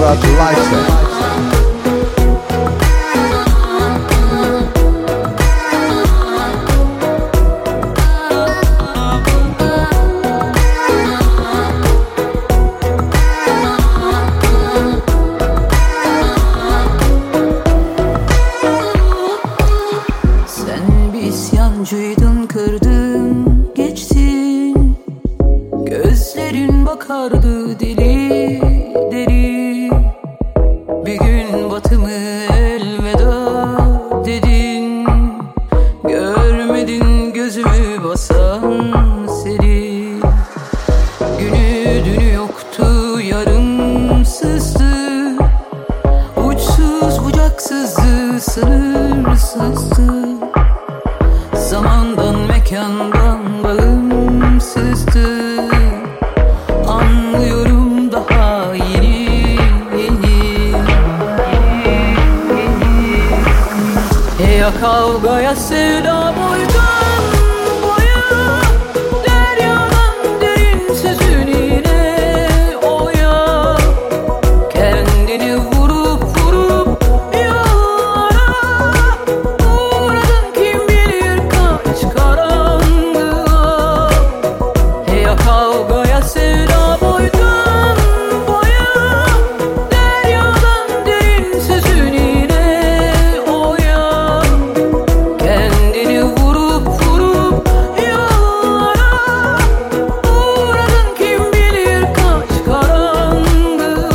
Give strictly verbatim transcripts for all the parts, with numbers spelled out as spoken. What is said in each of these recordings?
Murat Lifeset. Yancıydın, kırdın, geçtin. Gözlerin bakardı deli deli. Bir gün batımı elveda dedin. Görmedin gözümü basan seni. Günü dünü yoktu, yarımsızdı. Uçsuz bucaksızdı, sınırsızdı. Zamandan mekandan bağımsızdı. Anlıyorum daha yeni yeni. Ya kavgaya sevda boydan boya, deryadan derin sözününe oya. Kendini vurup vurup yollara uğradın, kim bilir kaç karanlığa. Ya kavgaya sevda boydan boya, deryadan derin sözününe oya. Kendini vurup vurup yollara uğradın, kim bilir kaç karanlığa.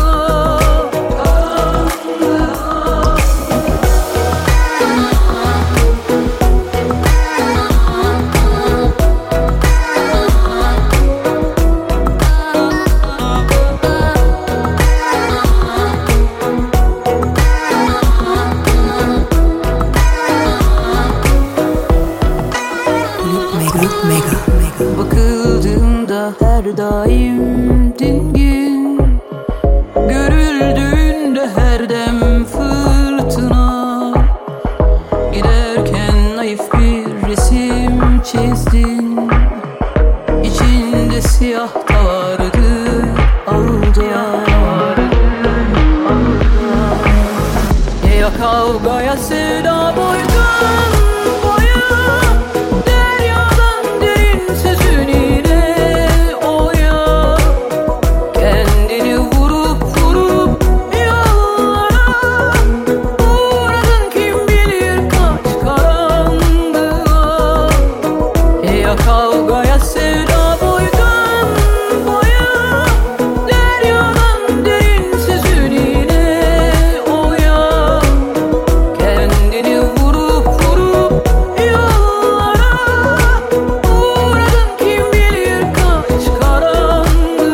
Bakıldığımda her daim dingin, görüldüğünde her dem fırtına. Giderken naif bir resim çizdin, İçinde siyah da vardı alda. Ya kavgaya sevda boydan boya, deryadan derin sözününe oya. Kendini vurup vurup yollara uğradın, kim bilir kaç karanlığa. Ya kavgaya sevda boydan boya, deryadan derin sözününe oya. Kendini vurup vurup yollara uğradın, kim bilir kaç karanlığa.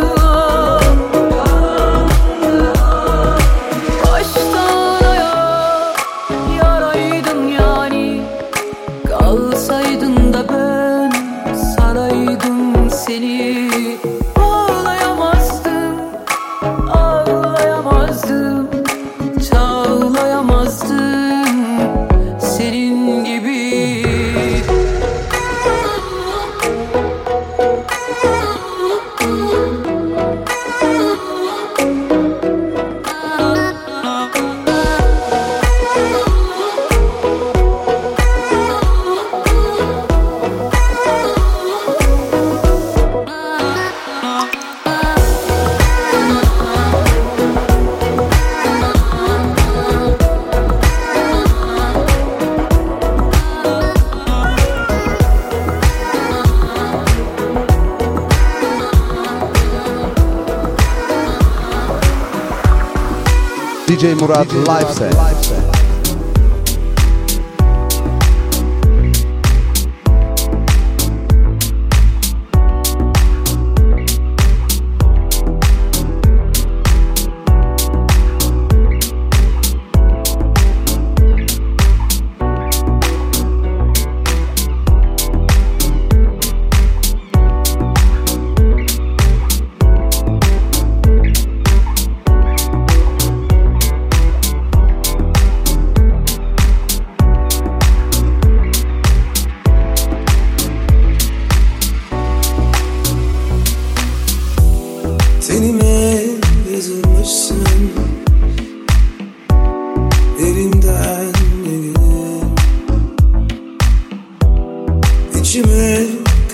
Baştan ayağa yaraydın yani, kalsaydın da ben saraydım seni. Ağlayamazdım, ağlayamazdım, çağlayamazdım senin gibi. D J Murat Lifeset.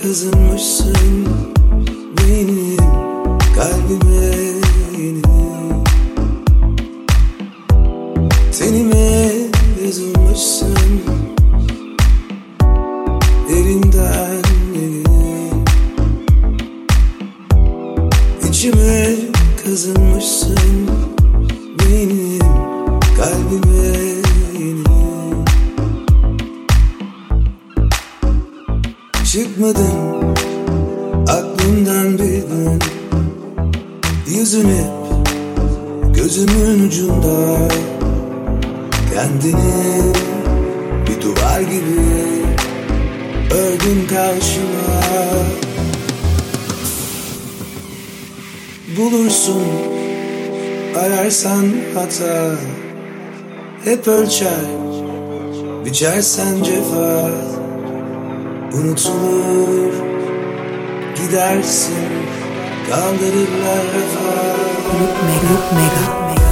kazınmışsın benim kalbime, yeni tenime yazılmışsın derinden yeni, içime kazınmışsın benim kalbime, yeni çıkmadın aklımdan bir gün, yüzün hep gözümün ucunda, kendini bir duvar gibi ördün karşıma. Bulursun ararsan hata, hep ölçer biçersen cefa, unutulur gidersin, kaldırırlar rafa. Grup Mega, Mega, Mega.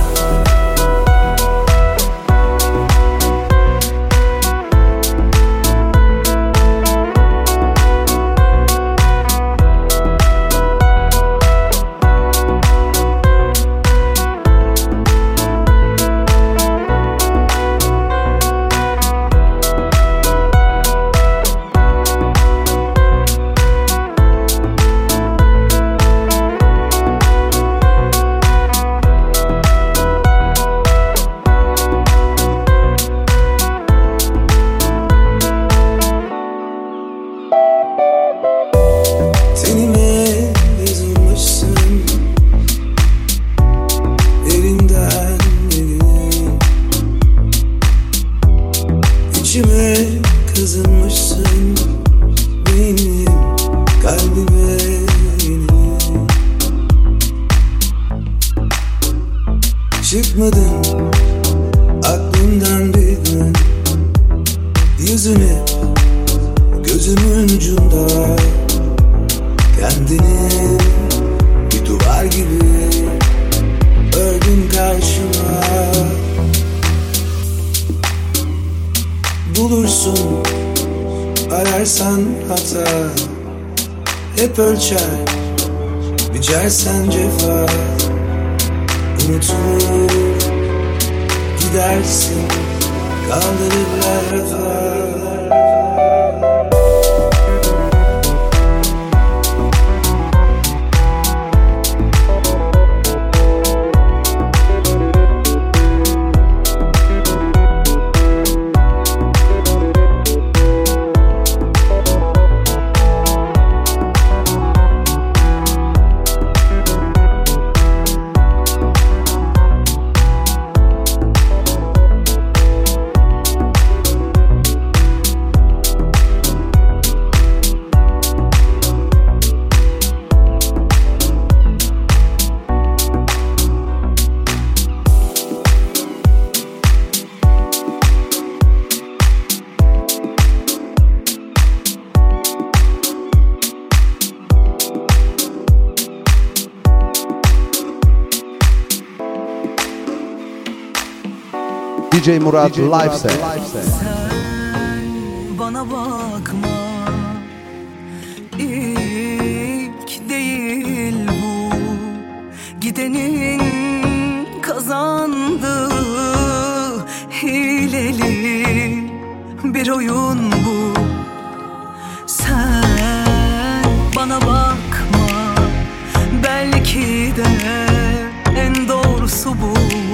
İçime kazınmışsın benim kalbime, yeni çıkmadın aklımdan bir gün, yüzün hep gözümün ucunda, kendini bir duvar gibi ördün karşıma. Bulursun ararsan hata, hep ölçer biçersen cefa, unutulur gidersin, kaldırırlar rafa. D J Murat Live Set. Sen bana bakma, ilk değil bu, gidenin kazandığı hileli bir oyun bu. Sen bana bakma, belki de en doğrusu bu.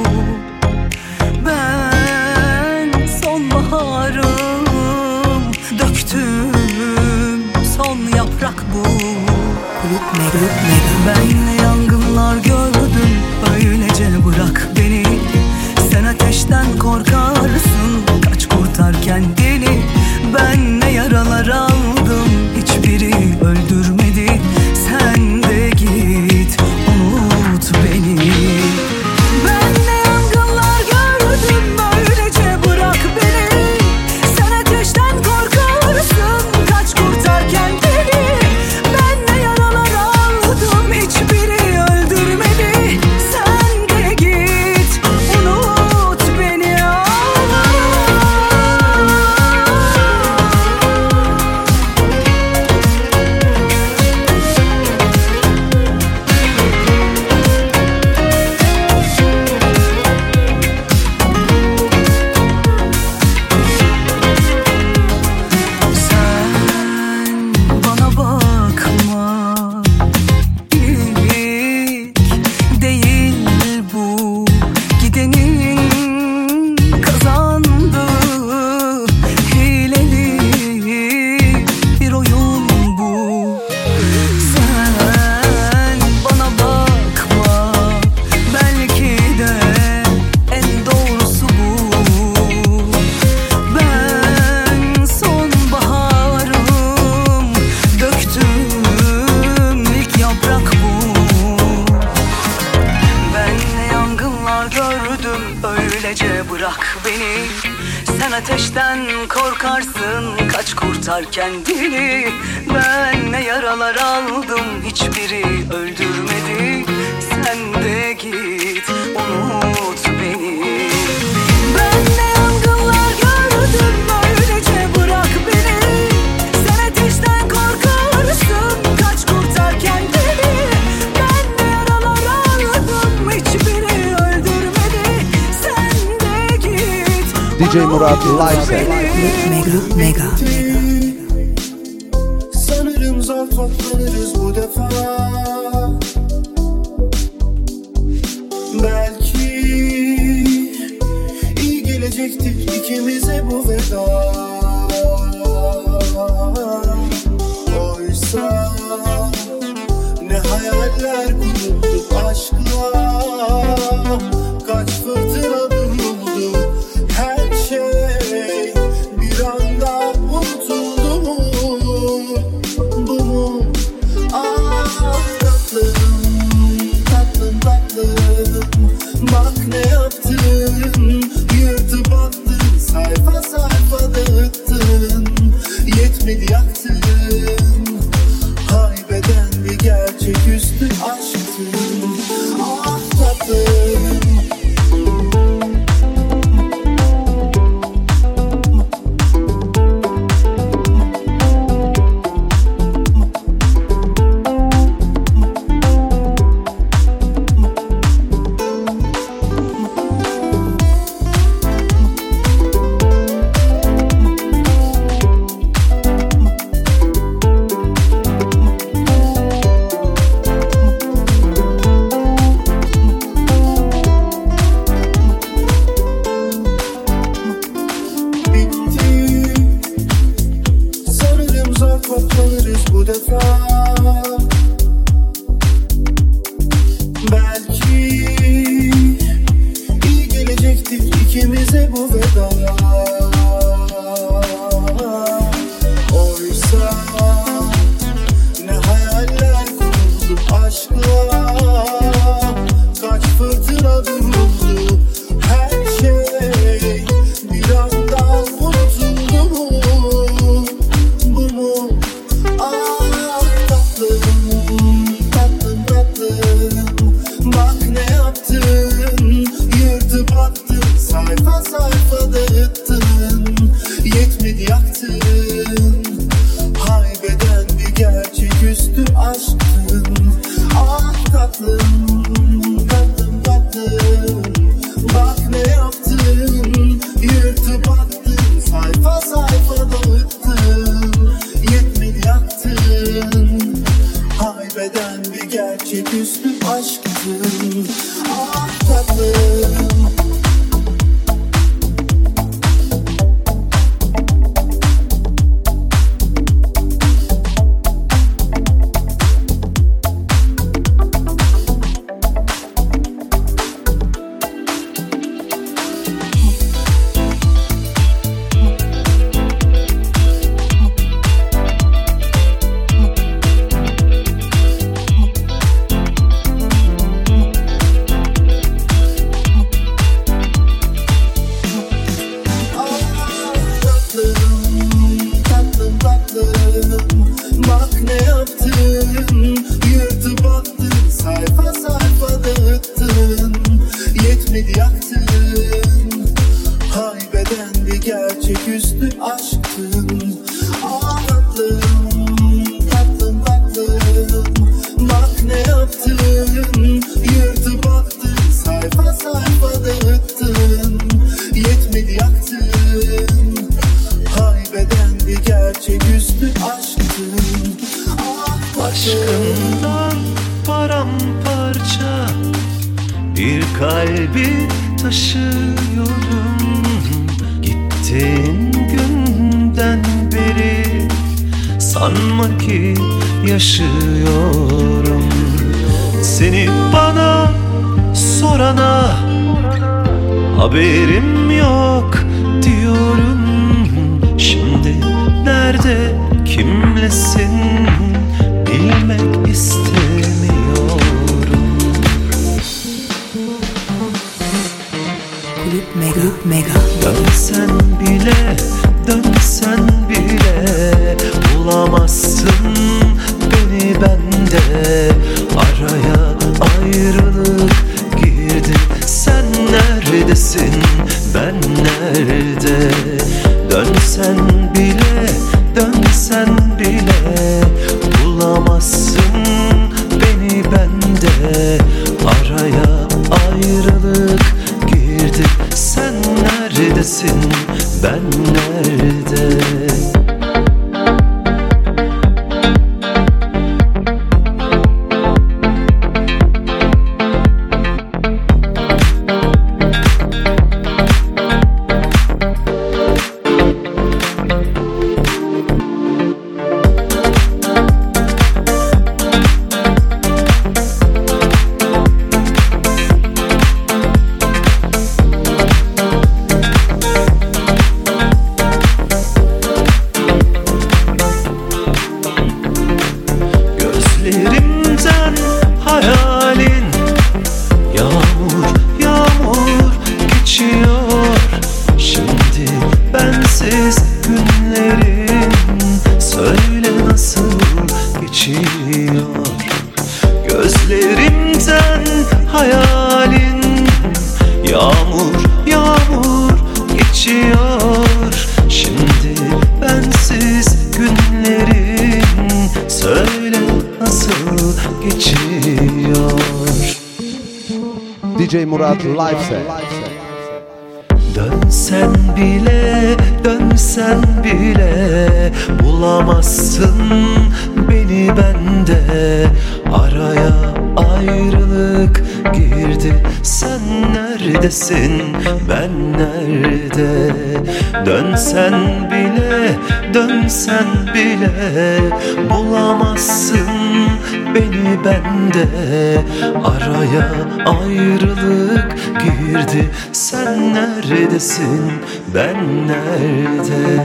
Ben sonbaharım, döktüm son yaprak bu. Grup Mega, ben yangınlar gördüm, öylece bırak beni. Sen ateşten korkarsın, kaç kurtar kendini. Ben ne yaralar aldım, hiçbiri öldürmedi. Sen de git, unut beni. Unut beni, ah. Sen ateşten korkarsın, kaç kurtar kendini. Ben ne yaralar aldım, hiçbiri öldürmedi. Sen de git, unut beni. Ben ne yangınlar gördüm, öylece bırak beni. Sen ateşten korkarsın, kaç kurtar kendini. Ben ne yaralar aldım, hiçbiri öldürmedi. Sen de git, D J Murat Live Set. Mega, mega. Sanırım zor toplanırız bu defa. Belki iyi gelecektir ikimize bu veda. Oysa ne hayaller kurduk aşkla. Kaç fırtına duruldu, her şey bir anda unutuldu mu? Bu mu? Ah tatlım, tatlım tatlım. Bak ne yaptın, yırtıp attın, sayfa sayfa dağıttın. Yetmedi yaktın, kaybeden bir gerçeküstü aşktın. Ah tatlım. Aşkından paramparça bir kalbi taşıyorum. Gittiğin günden beri sanma ki yaşıyorum. Seni bana sorana haberim yok diyorum. Şimdi nerede, kimlesin bilmek istemiyorum. Kulüp Mega Mega. Dönsen bile, dönsen bile bulamazsın beni bende. Araya ayrılık girdi, sen neredesin, ben nerede? Dönsen bile, dönsen bile bulamazsın beni bende. Araya ayrılık girdi, sen neredesin, ben nerede? Gözlerimden hayalin yağmur yağmur geçiyor. Şimdi bensiz günlerin söyle nasıl geçiyor. Gözlerimden hayalin yağmur yağmur geçiyor. Şimdi bensiz günlerin söyle nasıl geçiyor. D J Murat live set. Dönsen bile, dönsen bile bulamazsın beni bende. Araya ayrılık girdi, sen neredesin, ben nerede? Dönsen bile, dönsen bile bulamazsın beni bende. Araya ayrılık girdi, sen neredesin, ben nerede?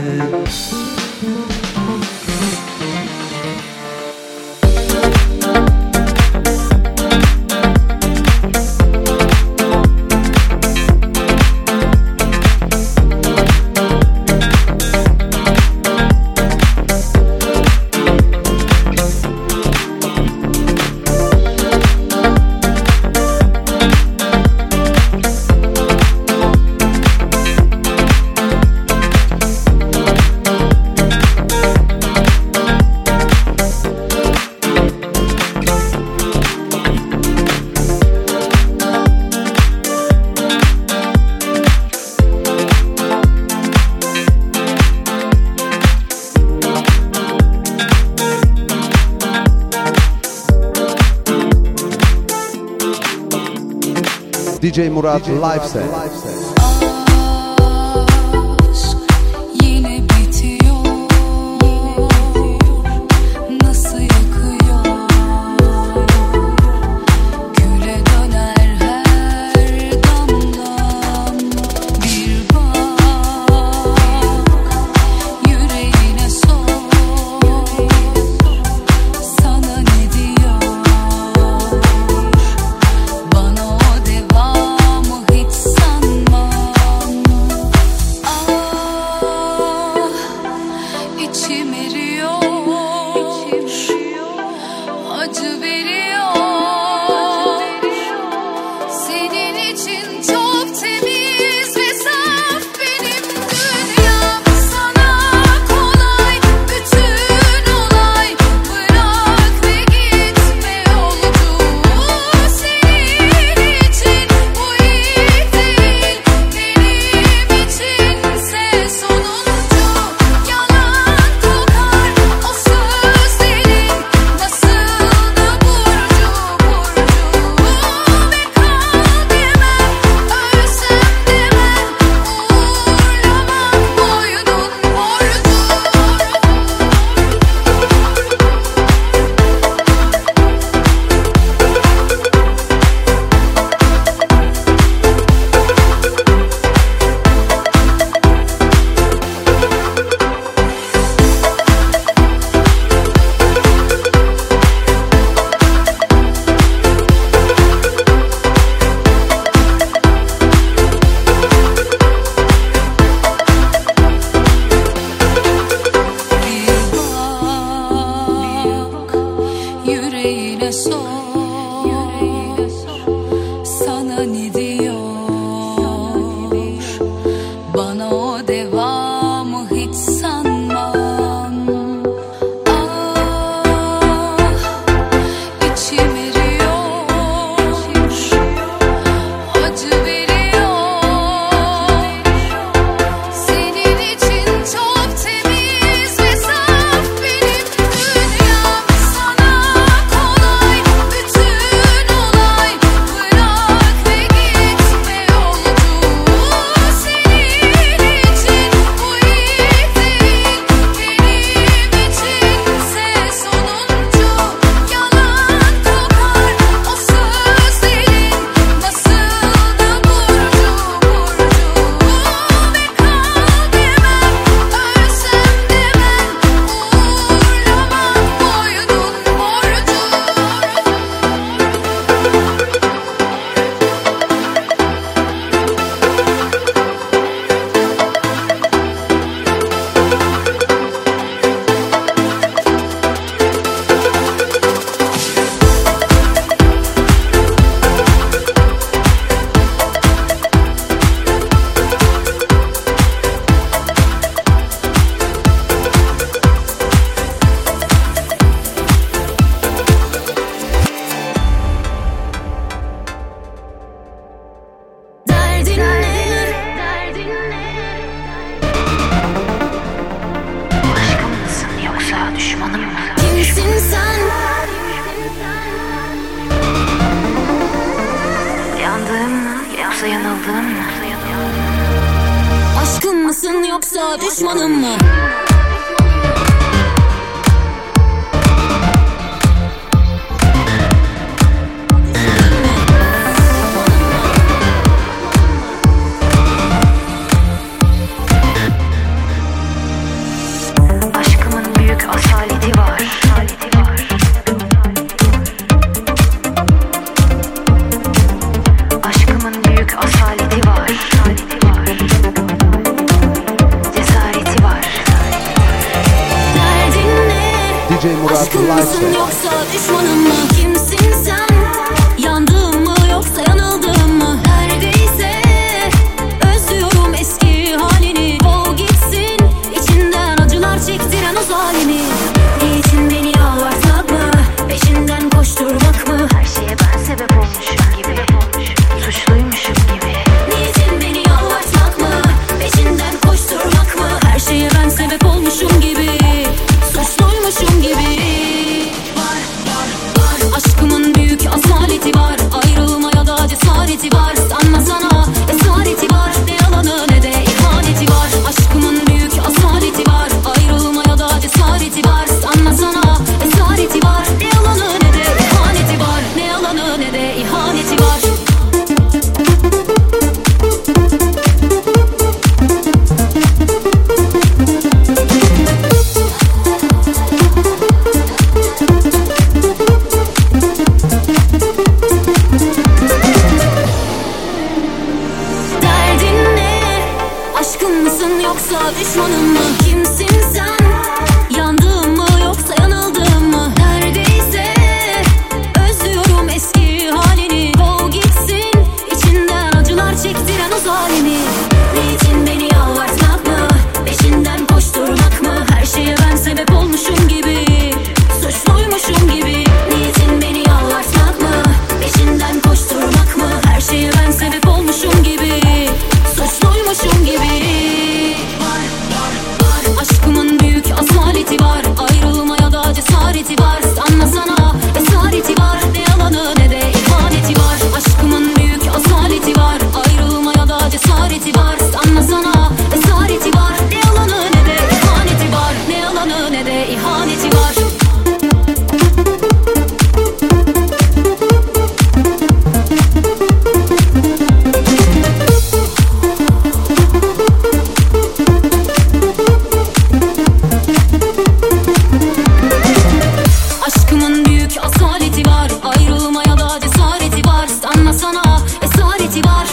D J Murat live set. Bana o devamı hiç sanma. Kimsin sen? Yandığım mı yoksa yanıldığım mı? Aşkım mısın yoksa düşmanım mı? Aşkımın büyük asaleti var. Aşkımın büyük asaleti var. Cesareti var. Derdin ne? D J Murat Aşkım Live mısın Set. yoksa düşmanım mı? Kimsin sen? Yandığım mı yoksa yanıldığım mı? Neredeyse özlüyorum eski halini. Ol gitsin içinden acılar çektiren o zalimi. Niçin beni ağlatmak mı? Peşinden koşturmak mı? Her şeye ben sebep olmuşum gibi. Suçluymuşum gibi. Niçin beni ağlatmak mı? Peşinden koşturmak mı? Her şeye ben sebep olmuşum gibi. Suçluymuşum gibi. Var var var. Aşkımın büyük asaleti var. Ayrılmaya da cesareti var. Sanma sana esareti var. Ne yalanı ne de ihaneti var. Aşkımın büyük asaleti var. Ayrılmaya da cesareti var. Sanma sana esareti var. Ne yalanı ne de ihaneti var. Ne yalanı ne de ihaneti var. Derdin ne? Aşkım mısın yoksa düşmanım mı? Kimsin sen? Yandığım mı yoksa yanıldığım mı? Neredeyse özlüyorum eski halini. Ol gitsin içinden acılar çektiren o zalimi. Niçin beni ağlatmak mı? Peşinden koşturmak mı? Her şeye ben sebep olmuşum gibi. Suçluymuşum gibi. Niçin beni ağlatmak mı? Peşinden koşturmak mı? Her şeye ben sebep olmuşum gibi. Suçluymuşum gibi. Var var var. Aşkımın büyük asaleti var. Ayrılmaya da cesareti var. Sanma sana esareti var. Ne yalanı ne de ihaneti var. Aşkımın büyük asaleti var. Ayrılmaya da cesareti var. Sanma sana esareti var. Ne yalanı ne de ihaneti var. Ne yalanı ne de ihaneti var. Aşkımın büyük asaleti var. Ayrılmaya da cesareti var. Sanma sana esareti var.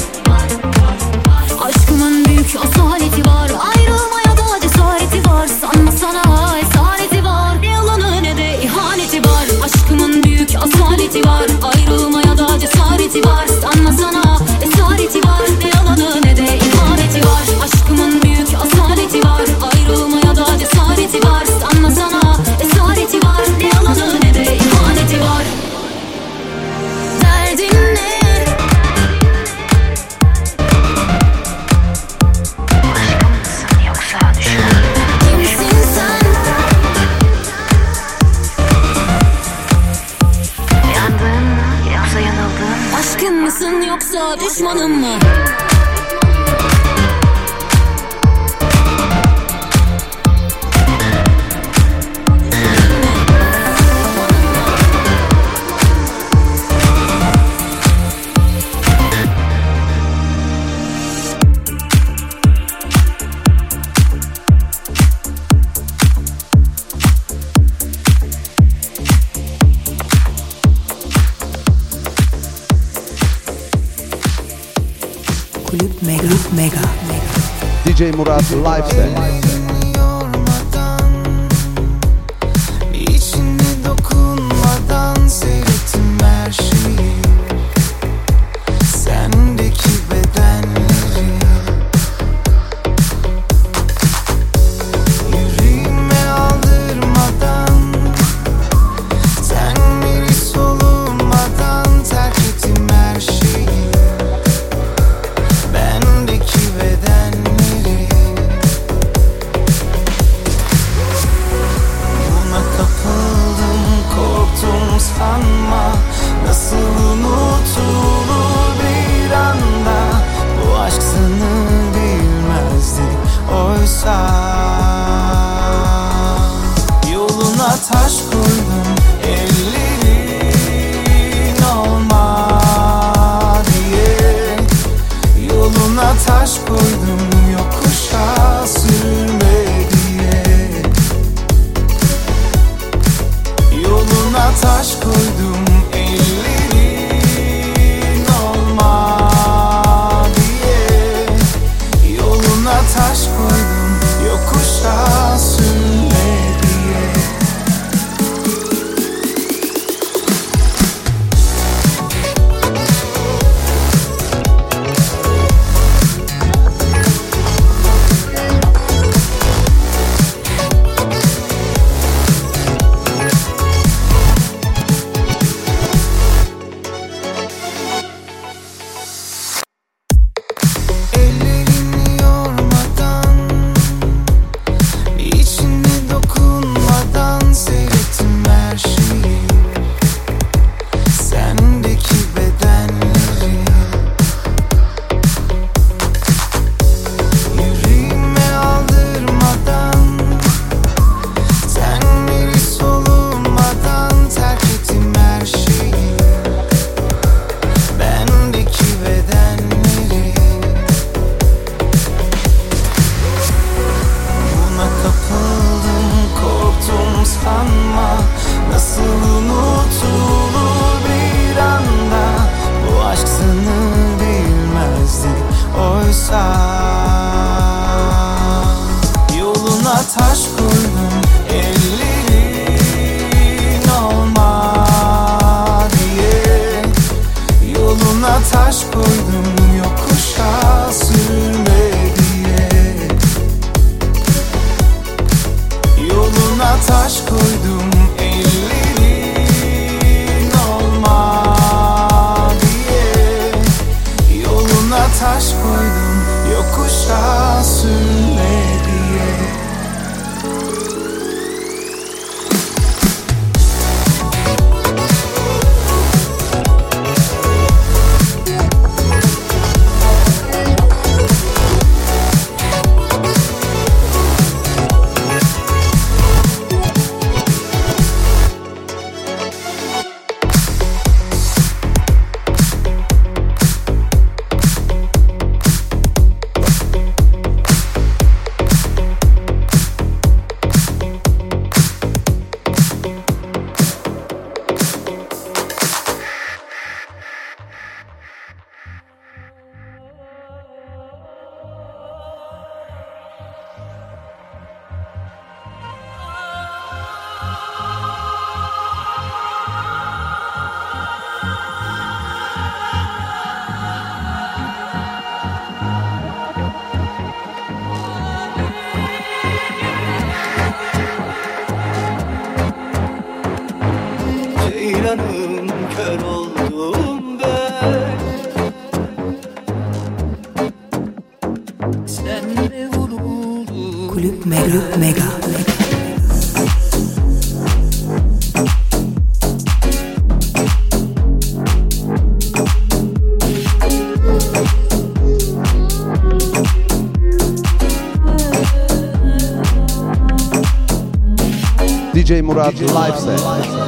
Aşkımın büyük asaleti var. Ayrılmaya da cesareti var. Sanma sana esareti var. Ne yalanı ne de ihaneti var. Aşkımın büyük asaleti var. Ayrılmaya da cesareti var. Sanma sana esareti var. Ne yalanı ne de ihaneti var. Aşkımın büyük asaleti var. Ayrılmaya da cesareti var. Sanma sana esareti var. Ne yalanı ne de ihaneti var. Derdin ne? Aşkım mısın yoksa düşmanım mı? Kimsin sen? Yandığım mı yoksa yanıldığım mı? Aşkım mısın yoksa düşmanım mı? Kulüp Mega. Kulüp Mega. D J Murat Live Set. Yormadan, içine dokunmadan seyrettim her şeyi. Sendeki bedenleri yüreğime aldırmadan, tenleri solunmadan terk ettim her şeyi. Bendeki bedenleri yoluna kapalı. taş koydum, ellerin olma diye. Yoluna taş koydum, yokuşa sürme diye. Yoluna taş koydum, ellerin olma diye. Yoluna taş koydum, yokuşa sürme diye. Ellerini yormadan, içine dokunmadan seyrettim her şeyi. Sendeki bedenleri yüreğime aldırmadan, tenleri solunmadan terk ettim her şeyi. Bendeki bedenleri buna kapıldım, korktum sanma. Nasıl unutulur bir anda, bu aşk sınır bilmezdi oysa. Yoluna taş koydum, ellerin olma diye. Yoluna taş koydum, yokuşa sürme diye. Yoluna taş koydum, ellerin olma diye. Yoluna taş koydum, yokuşa sürme diye. Ceylanım kör oldum ben. Senle vuruldum. Kulüp Mega. Mega. D J Murat live set.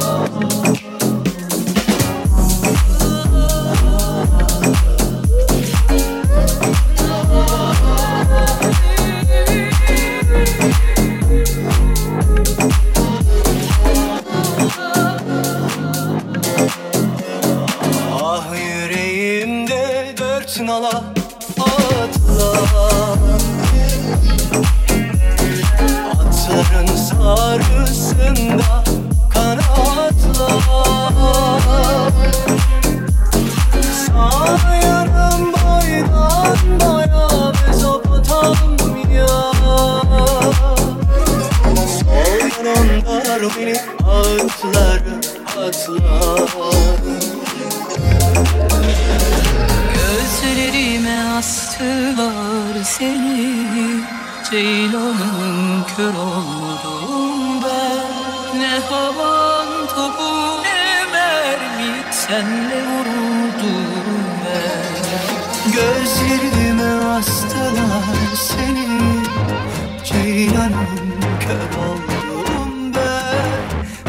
Ah yüreğimde dört nala atlar. Atların sarısında kanatlar. Sağ yanım boydan boya Mezopotamya. Sol yanımda Rumeli atları atlar. Gözlerime astılar seni, Ceylanım kör oldum ben. Ne havan topu ne mermi, senle vuruldum ben. Gözlerime astılar seni, Ceylanım kör oldum ben.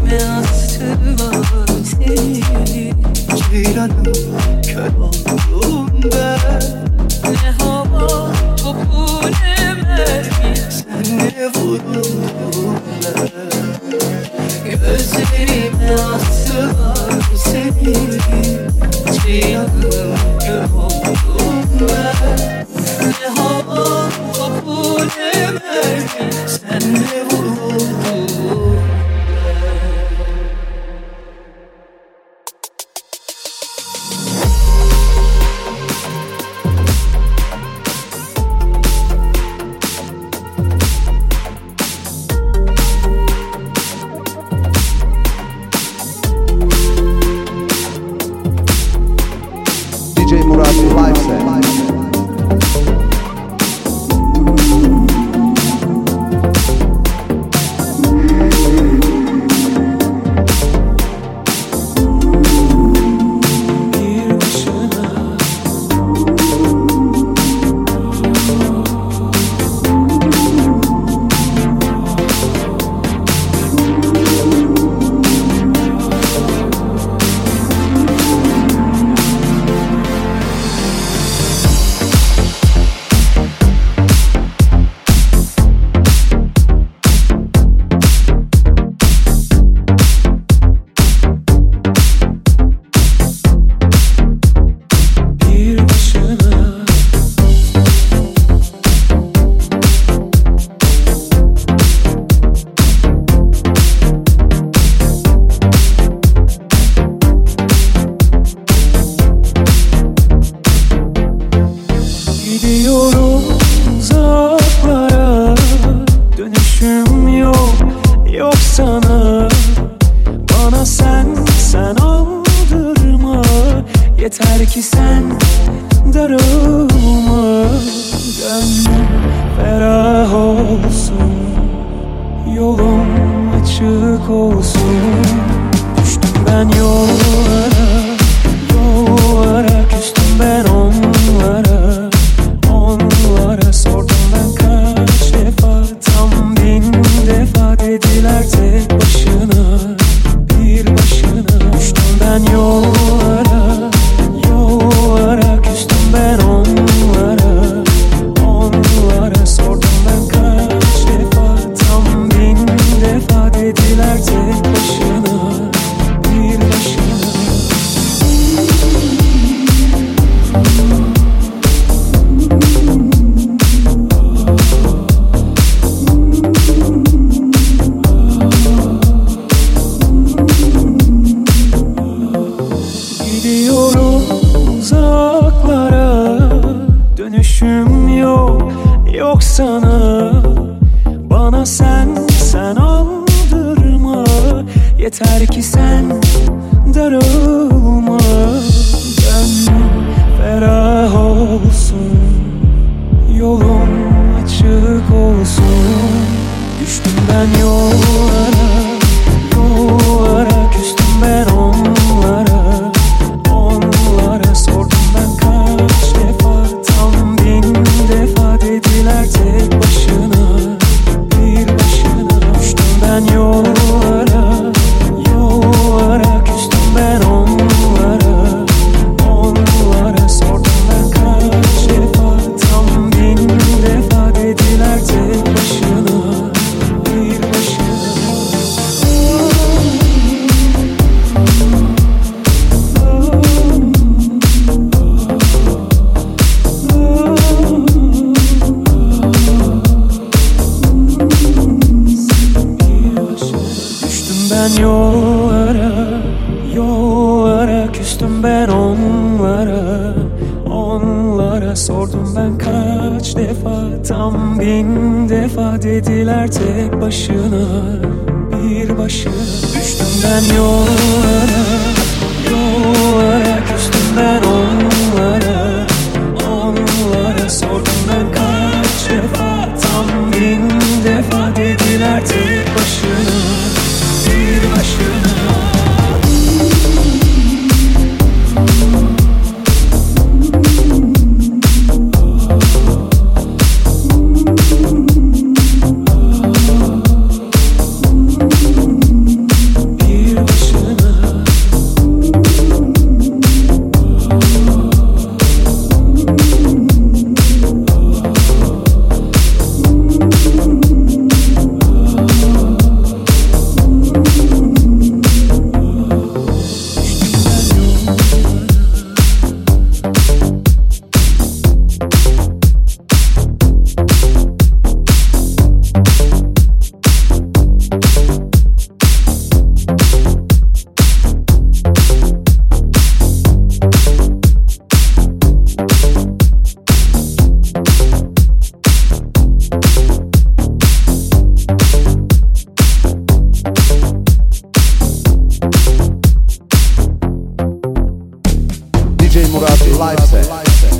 Gözlerime astılar seni. Ceylanım kör oldum ben. Ne hava topu ne mermi, Senle vuruldum ben. gözlerime astılar seni. Ceylanım kör oldum ben. Ne hava topu ne mermi, Senle vuruldum D J Murat Live Set. Gidiyorum uzaklara, dönüşüm yok, yok sana. Bana sen, sen aldırma, yeter ki sen darılma. Gönlüm ferah olsun, yolum açık olsun. Düştüm ben yollara, yollara, küstüm ben onlara. Onlara sordum ben kaç defa, tam bin defa dediler tek başına, bir başına. Düştüm ben yollara, yollara, küstüm ben onlara. Onlara sordum ben kaç defa, tam bin defa dediler tek başına, bir başına. Gidiyorum uzaklara, dönüşüm yok, yok sana. Bana sen, sen aldırma, yeter ki sen darılma. Gönlüm ferah olsun, yolum açık olsun. Düştüm ben yollara, yollara, küstüm ben onlara. Onlara sordum ben kaç defa, tam bin defa dediler tek başına, bir başına. Düştüm ben yollara, yollara, küstüm ben onlara. Onlara sordum ben kaç defa, tam bin defa dediler tek başına, bir başına. Düştüm ben yollara, yollara, küstüm ben onlara. Onlara sordum ben kaç defa, tam bin defa dediler tek başına, bir başına. Düştüm ben yollara, yollara, küstüm ben onlara. Onlara sordum ben kaç defa, tam bin defa dediler tek başına, bir başına. Murati live set.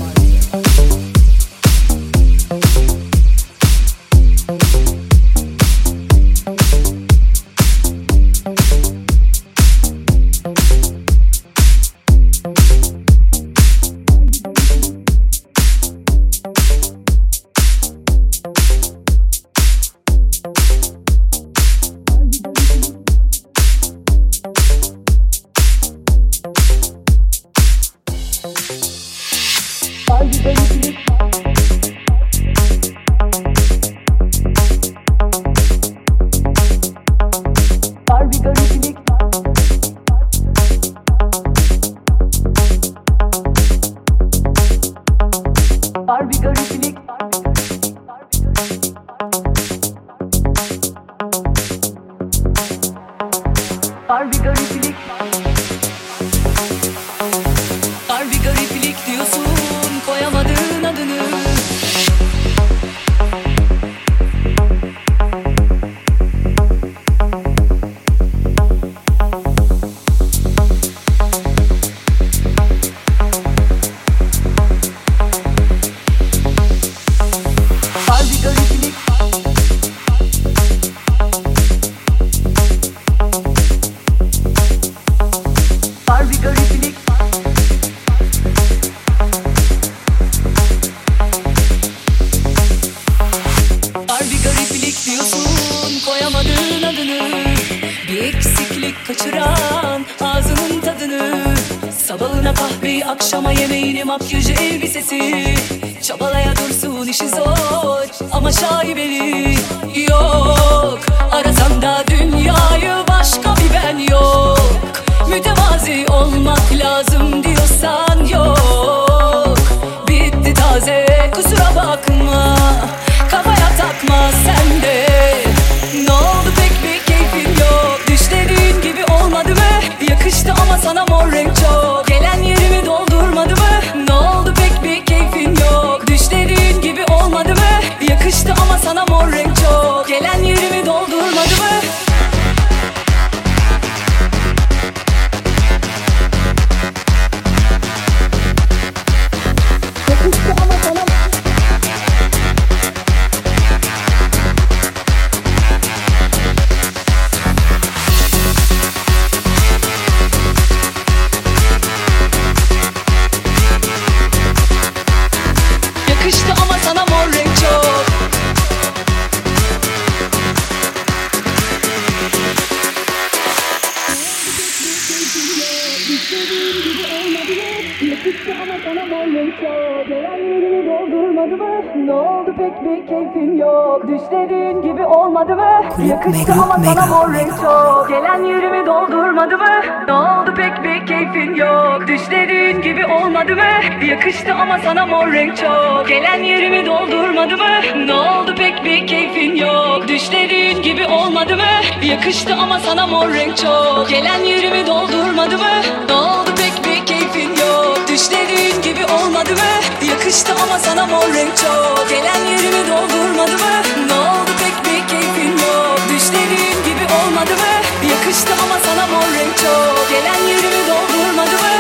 Yakıştı ama sana mor renk çok. Gelen yerimi doldurmadı mı? Ne oldu pek bir keyfin yok. Düşlerin gibi olmadı mı? Yakıştı ama sana mor renk çok. Gelen yerimi doldurmadı mı? Ne oldu pek bir keyfin yok. Düşlerin gibi olmadı mı? Yakıştı ama sana mor renk çok. Gelen yerimi doldurmadı mı? Ne oldu pek bir keyfin yok. Düşlerin gibi olmadı mı? Yakıştı ama sana mor renk çok. Gelen yerimi doldurmadı mı? Ne oldu pek bir keyfin yok. Düşlerin gibi olmadı mı? Yakıştı ama sana mor renk çok. Gelen yerimi doldurmadı mı?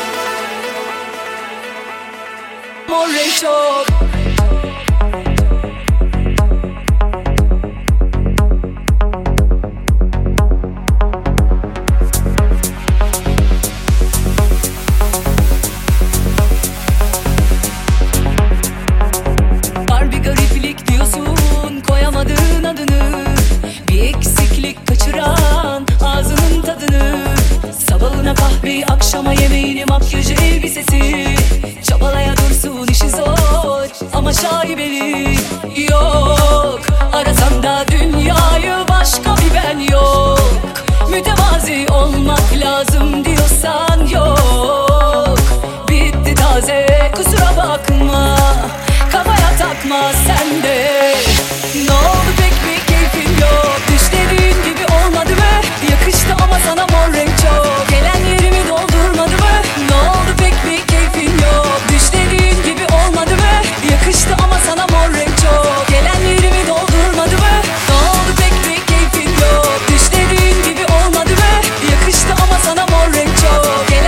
Mor renk çok. Akşama yemeğini, makyajı, elbisesi. Çabalaya dursun, işi zor ama şaibeli. Yok, arasam da dünyayı, başka bir ben yok. Mütevazi olmak lazım diyorsan yok. Bitti taze, kusura bakma. Kafaya takma sen de. Ne oldu pek bir keyfin yok. Düşlerin gibi olmadı mı? Yakıştı ama sana mor renk çok. Gelen yerimi doldurmadı mı? Ne oldu pek bir keyfin yok. Düşlerin gibi olmadı mı? Yakıştı ama sana mor renk çok. Gelen yerimi doldurmadı mı? Ne oldu pek bir keyfin yok. Düşlerin gibi olmadı mı? Yakıştı ama sana mor renk çok.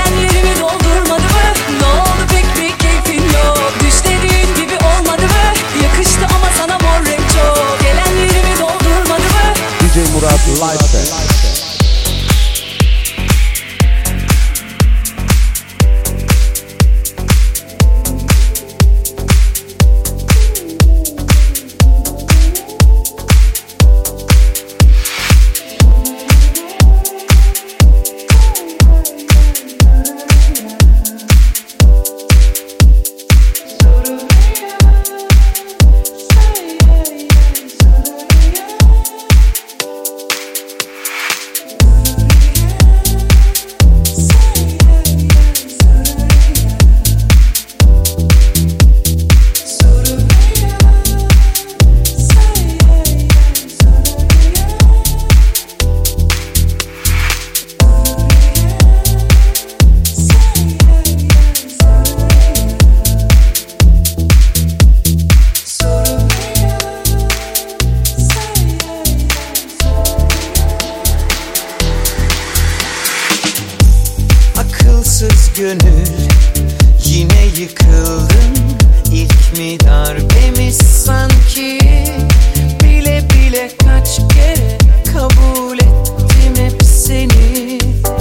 acımasız gönül, yine yıkıldım. İlk mi darbemiz sanki, bile bile kaç kere kabul ettim hep seni.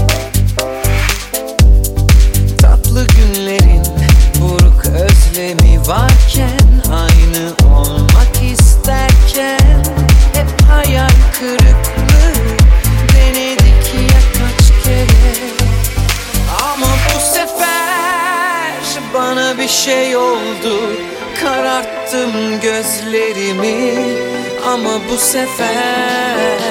Tatlı günlerin buruk özlemi varken, aynı olmak isterken hep hayal kırıklığı denedik ya kaç kere. Ama bu sefer bana bir şey oldu, kararttım gözlerimi. Ama bu sefer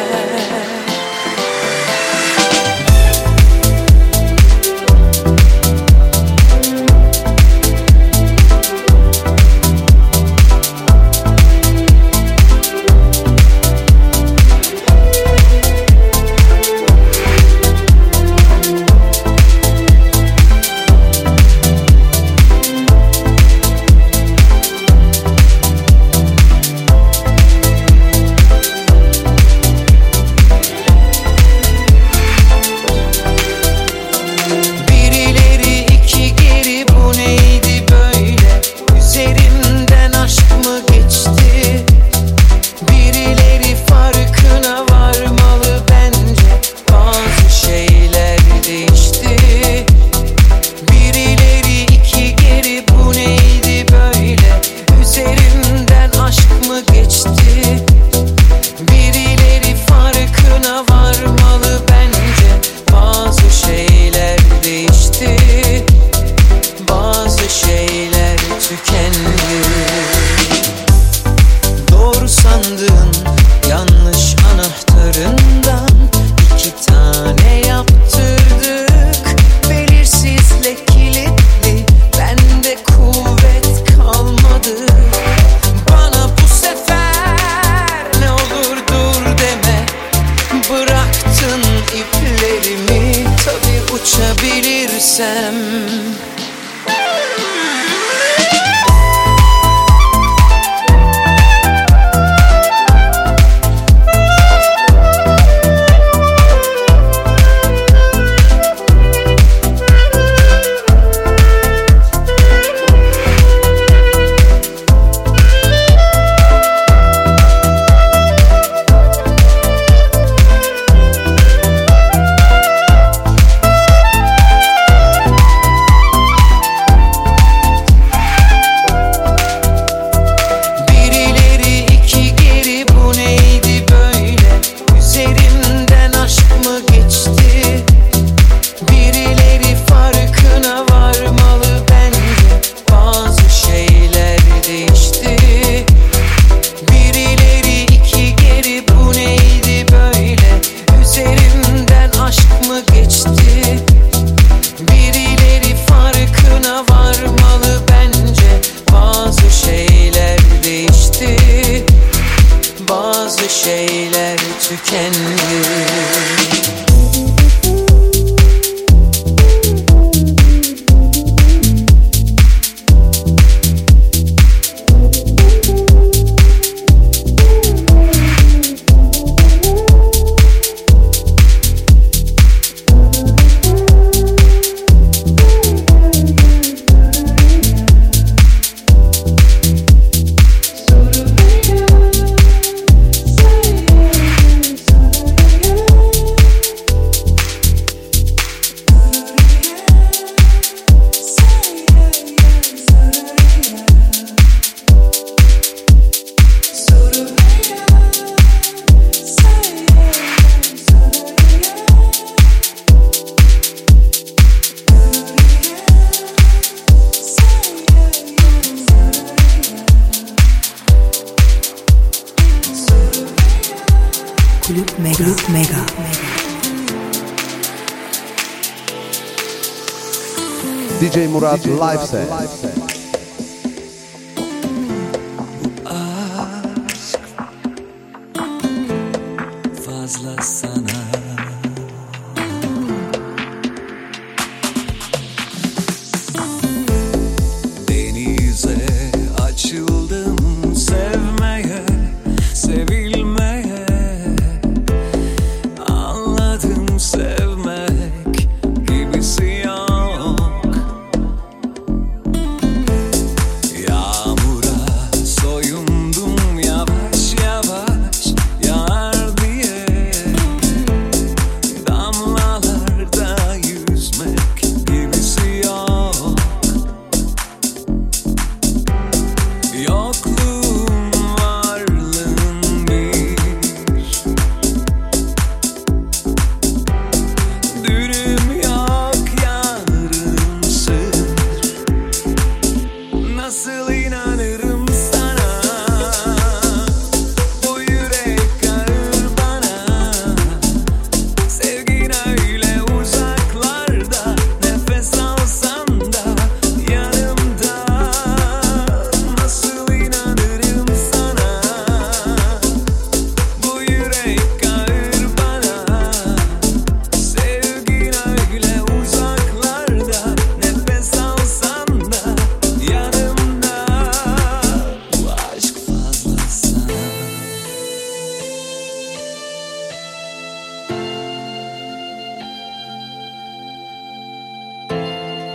Kulüp Mega. Kulüp Mega. D J Murat Live Set. Aşk fazla sana, denize açıldım sevmeye, sevilmeye. Anladım sevmek gibisi yok.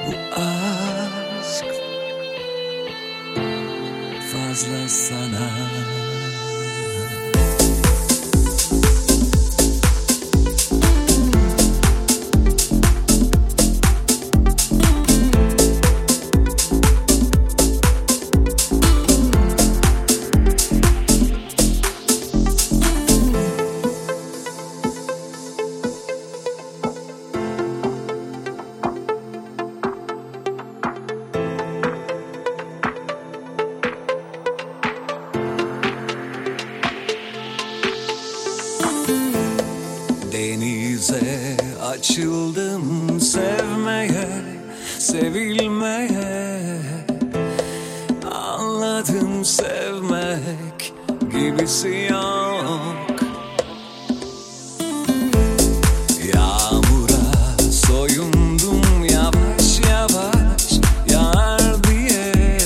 Bu aşk fazla sana. Denize açıldım sevmeye, sevilmeye. Anladım sevmek gibisi yok. Yağmura soyundum yavaş yavaş yağar diye.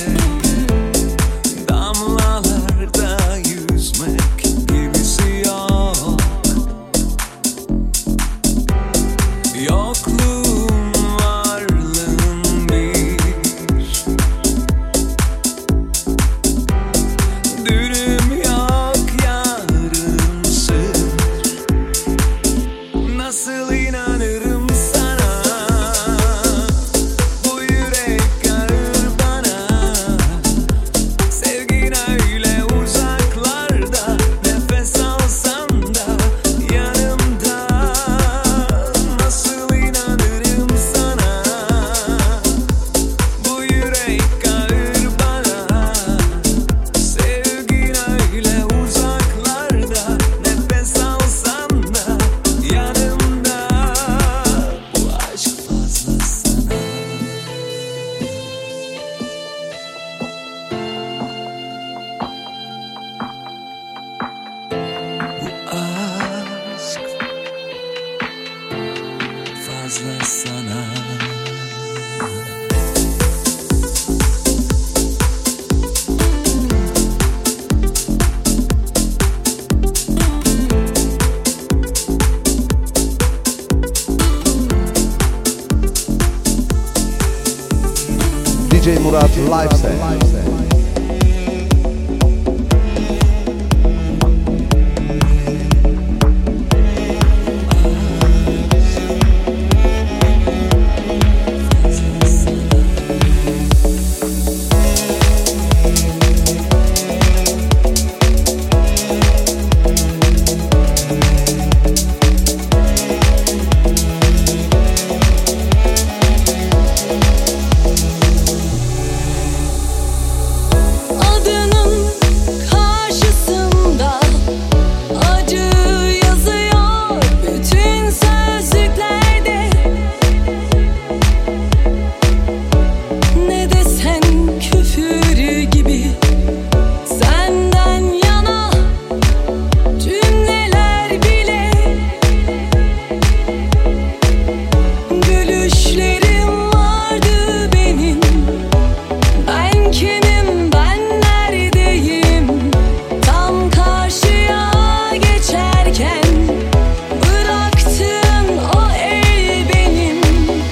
Damlalarda yüzmek gibisi yok. Yokluğum varlığım bir, dünüm yok yarımsın. Nasıl inanırım sana, bu yürek ağır bana. Sevgin öyle uzaklarda, nefes alsam da yanımda. Nasıl inanırım sana, bu yürek ağır bana. Sevgin öyle uzaklarda, nefes alsam da yanımda. Bu aşk fazla sana. Bu aşk fazla sana. D J Murat Live Set. Adının karşısında acı yazıyor bütün sözlüklerde. Ne desen küfür gibi senden yana cümleler bile. Gülüşlerim vardı benim, ben kimim, ben neredeyim? Tam karşıya geçerken bıraktığın o el benim.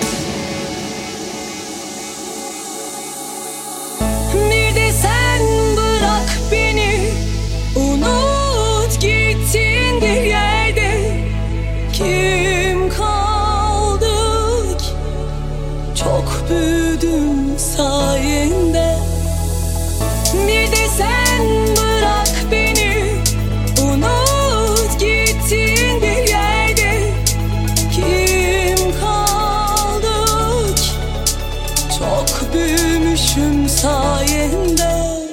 Bir de sen bırak beni, unut gittiğin bir yerde. Kim kaldı ki? Çok büyüdüm sayende. Bir de sen bırak beni, unut gittiğin bir yerde. Kim kaldı ki? Çok büyümüşüm sayende.